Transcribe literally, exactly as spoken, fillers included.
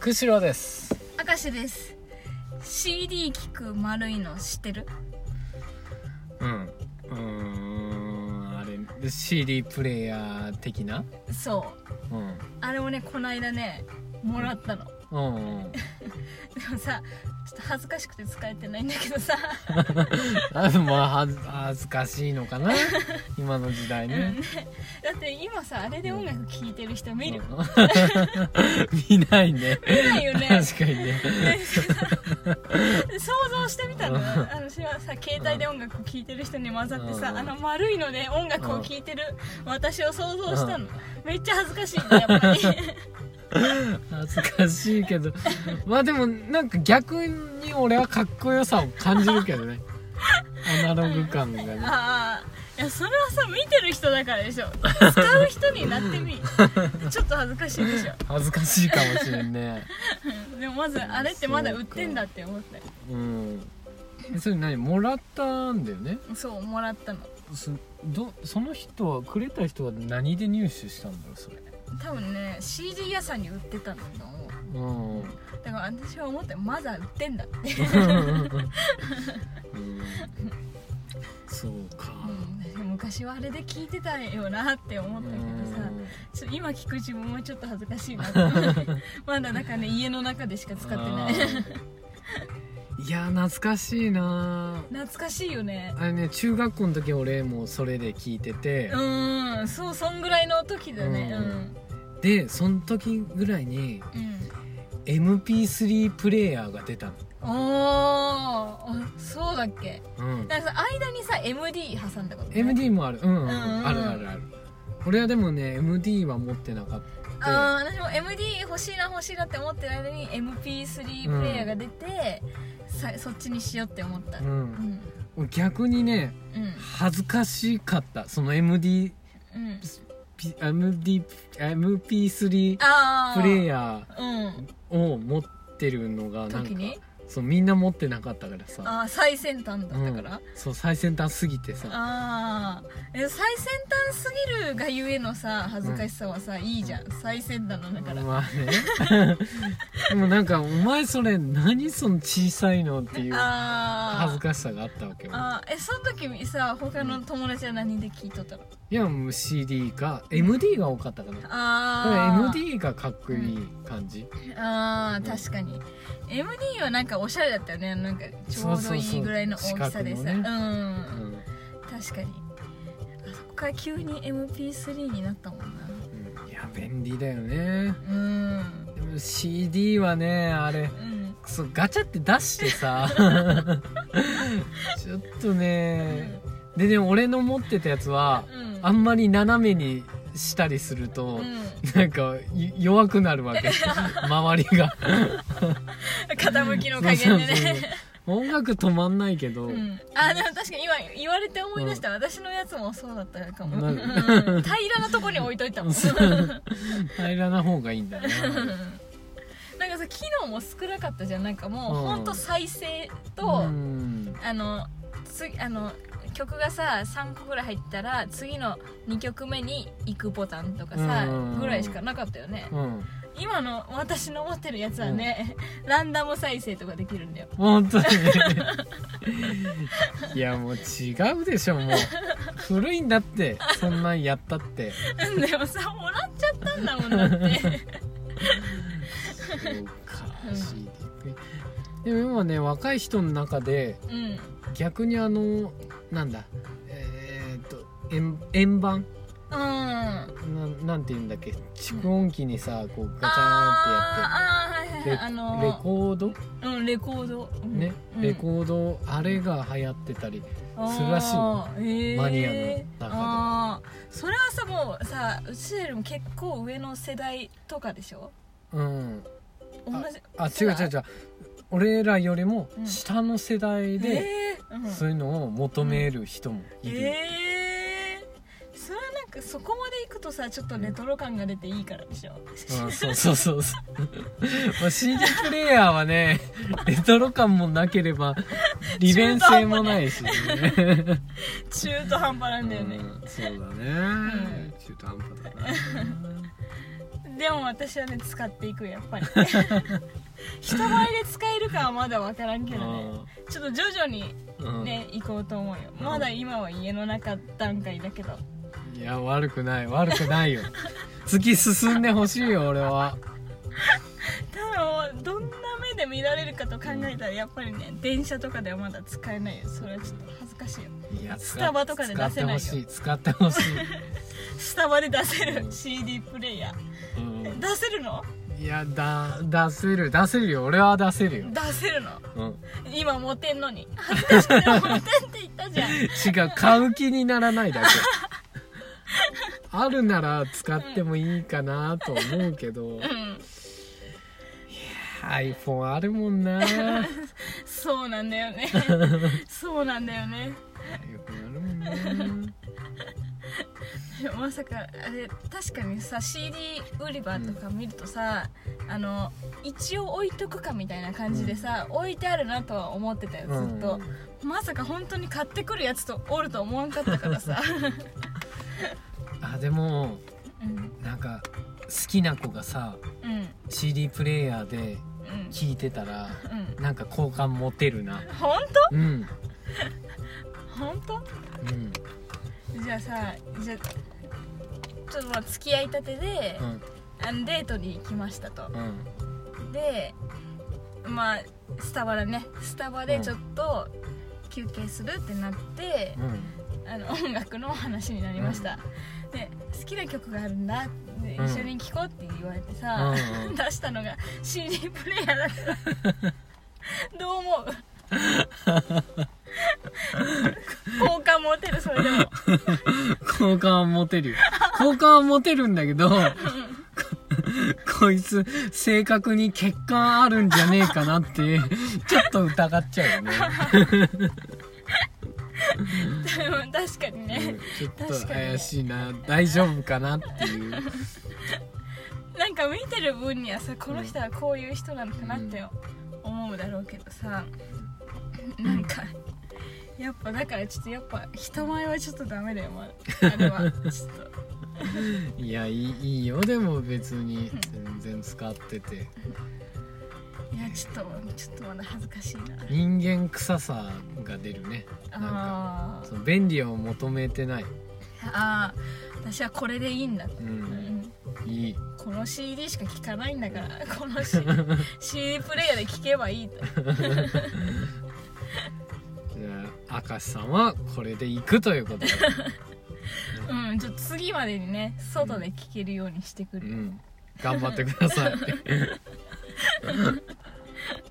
釧路です。 明石です。 シーディー 聞く丸いの知ってる？ うんうーんあれ シーディー プレイヤー的な。 そう、 うん、 あれをねこの間ねもらったの、 うんうん、 でもさちょっと恥ずかしくて使えてないんだけどさあまあ恥ず、恥ずかしいのかな今の時代 ね, ねだって今さあれで音楽聴いてる人見る、うん、 見ないね。 見ないよね。 確かにね。 想像してみたの。私はさ携帯で音楽を聴いてる人に混ざってさ、あの丸いので音楽を聴いてる私を想像したの。めっちゃ恥ずかしいねやっぱり。 恥ずかしいけどまあでもなんか逆に俺はかっこよさを感じるけどねアナログ感がね。 ああ、いやそれはさ見てる人だからでしょ。使う人になってみちょっと恥ずかしいでしょ。 恥ずかしいかもしれんねでもまずあれってまだ売ってんだって思ったよ。 うん。それ何もらったんだよね。 そうもらったの。 そどその人はくれた人は何で入手したんだろうそれ。 多分ね シーディー 屋さんに売ってたんだと思う、うん、だから私は思ってまだ売ってんだってうん、 そうか、 うん、昔はあれで聞いてたよなって思ったけどさ、ちょ今聞く自分はちょっと恥ずかしいなってまだなんかね家の中でしか使ってないいや懐かしいな。 懐かしいよね。 あれね中学校の時俺もそれで聞いてて、 うんそうそんぐらいの時だね、うんうん、でその時ぐらいに、うん、エムピースリー プレイヤーが出たの。 おーそうだっけ、うん、だからさ間にさ エムディー 挟んだこと、ね、 エムディー もある、うんうんうん、 あるあるある。俺はでもね エムディー は持ってなかった。 あ私も エムディー 欲しいな欲しいなって思ってる間に エムピースリー プレイヤーが出て、うん、さそっちにしようって思った、うんうん、逆にね、うん、恥ずかしかったその エムディー、うん、エムディー エムピースリー プレイヤーを持ってるのがなんか時にそうみんな持ってなかったからさ。 ああ最先端だったから、うん、 そう最先端すぎてさ。 ああ最先端すぎるがゆえのさ恥ずかしさはさ、うん、いいじゃん最先端なんだから。まあねでもなんかお前それ何その小さいのっていう恥ずかしさがあったわけよ。 あえその時さ他の友達は何で聞いとったの？ いやもう シーディー か エムディー が多かったから。ああだから エムディー がかっこいい感じ、 うん、ああ、うん、確かに エムディー はなんかおしゃれだったよね。なんかちょうどいいぐらいの大きさでさ、ね、うん、うん、確かにあそこから急に エムピースリー になったもんな、 うん、いや便利だよね。うんでも シーディー はねあれ、うん、そうガチャって出してさちょっとね、うん、ででも俺の持ってたやつは、うん、あんまり斜めにしたりすると、うん、なんか弱くなるわけ周りが傾きの加減でね。そうそうそう音楽止まんないけど、うん、 あでも確かに今言われて思い出した、うん、私のやつもそうだったかも、うん、平らなとこに置いといたもん平らな方がいいんだねなんかさ機能も少なかったじゃん。なんかもうほんと再生と、うん、あの次あの曲がささんこぐらい入ったら次のにきょくめに行くボタンとかさぐらいしかなかったよね、うん、今の私の持ってるやつはね、うん、ランダム再生とかできるんだよ本当にいやもう違うでしょ。もう古いんだってそんなんやったってでもさもらっちゃったんだもんだってそうか、うん、でも今ね若い人の中で、うん、逆にあのなんだえー、っと円円盤、うん、な, なんて言うんだっけ蓄音機にさこうガチャーンってやって、あー、はいはいはい、あのー、レコードうんレコード、うん、 ね、うん、レコードあれが流行ってたりするらしいの、えー、マニアの中で。 あそれはさもうさうちよりも結構上の世代とかでしょ。うん同じああ違う違う違う俺らよりも下の世代で、うんえー、そういうのを求める人もいる、うん、 えー、それはなんかそこまで行くとさちょっとレトロ感が出ていいからでしょ、 うん、そうそうそうそうまあ シーディー プレイヤーはねレトロ感もなければ利便性もないし、ね、 中途半端なんだよね、 うん、そうだね、うん、中途半端だなでも私はね使っていくやっぱり人前で使えるかはまだ分からんけどね、ちょっと徐々にね、うん、行こうと思うよ。まだ今は家の中段階だけど。 いや悪くない悪くないよ突き進んでほしいよ俺は。 ただどんな目で見られるかと考えたらやっぱりね、電車とかではまだ使えないよ。それはちょっと恥ずかしいよ。いやスタバとかで出せないよ。 使ってほしいスタバで出せる シーディー プレイヤー、うん、出せるの？ いやだ出せる出せるよ。俺は出せるよ。 出せるの、 うん、 今モテんのに恥ずかしくてモテんって言ったじゃん違う、買う気にならないだけあるなら使ってもいいかなと思うけど、うん、いや iPhone あるもんなそうなんだよねそうなんだよね iPhone あるもんなまさかあれ確かにさ シーディー 売り場とか見るとさ、うん、あの一応置いとくかみたいな感じでさ、うん、置いてあるなとは思ってたよずっと、うん、まさか本当に買ってくるやつとおると思わんかったからさあでも、うん、なんか好きな子がさ、うん、シーディー プレイヤーで聴いてたら、うん、なんか好感持てるな。 本当？ うん本当？うん。じゃあさ、じゃあちょっとまあ付き合いたてで、うん、あのデートに行きましたと、うん、でまあスタバだねスタバでちょっと休憩するってなって、うん、あの音楽の話になりました、うん、で好きな曲があるんだで一緒に聴こうって言われてさ、うん、出したのが シーディー プレイヤーだからどう思う好感持てる？それでも好感は持てるよ。好感は持てるんだけどこいつ性格に欠陥あるんじゃねえかなってちょっと疑っちゃうよね確かにね、 ちょっと怪しいな、大丈夫かなっていうなんか見てる分にはさこの人はこういう人なのかなって思うだろうけどさ、なんかやっぱだからちょっとやっぱ人前はちょっとダメだよ、まあ、あれはちょっといやいい、いいよでも別に全然使ってて、いやちょっとちょっとまだ恥ずかしいな。 人間臭さが出るね。なんかその便利を求めてない。 ああ私はこれでいいんだって、 うんうん、いいこの シーディー しか聴かないんだからこの シーディー プレイヤーで聴けばいいとじゃあ明石さんはこれで行くということでうんちょっと次までにね外で聴けるようにしてくるよ、 うん、頑張ってください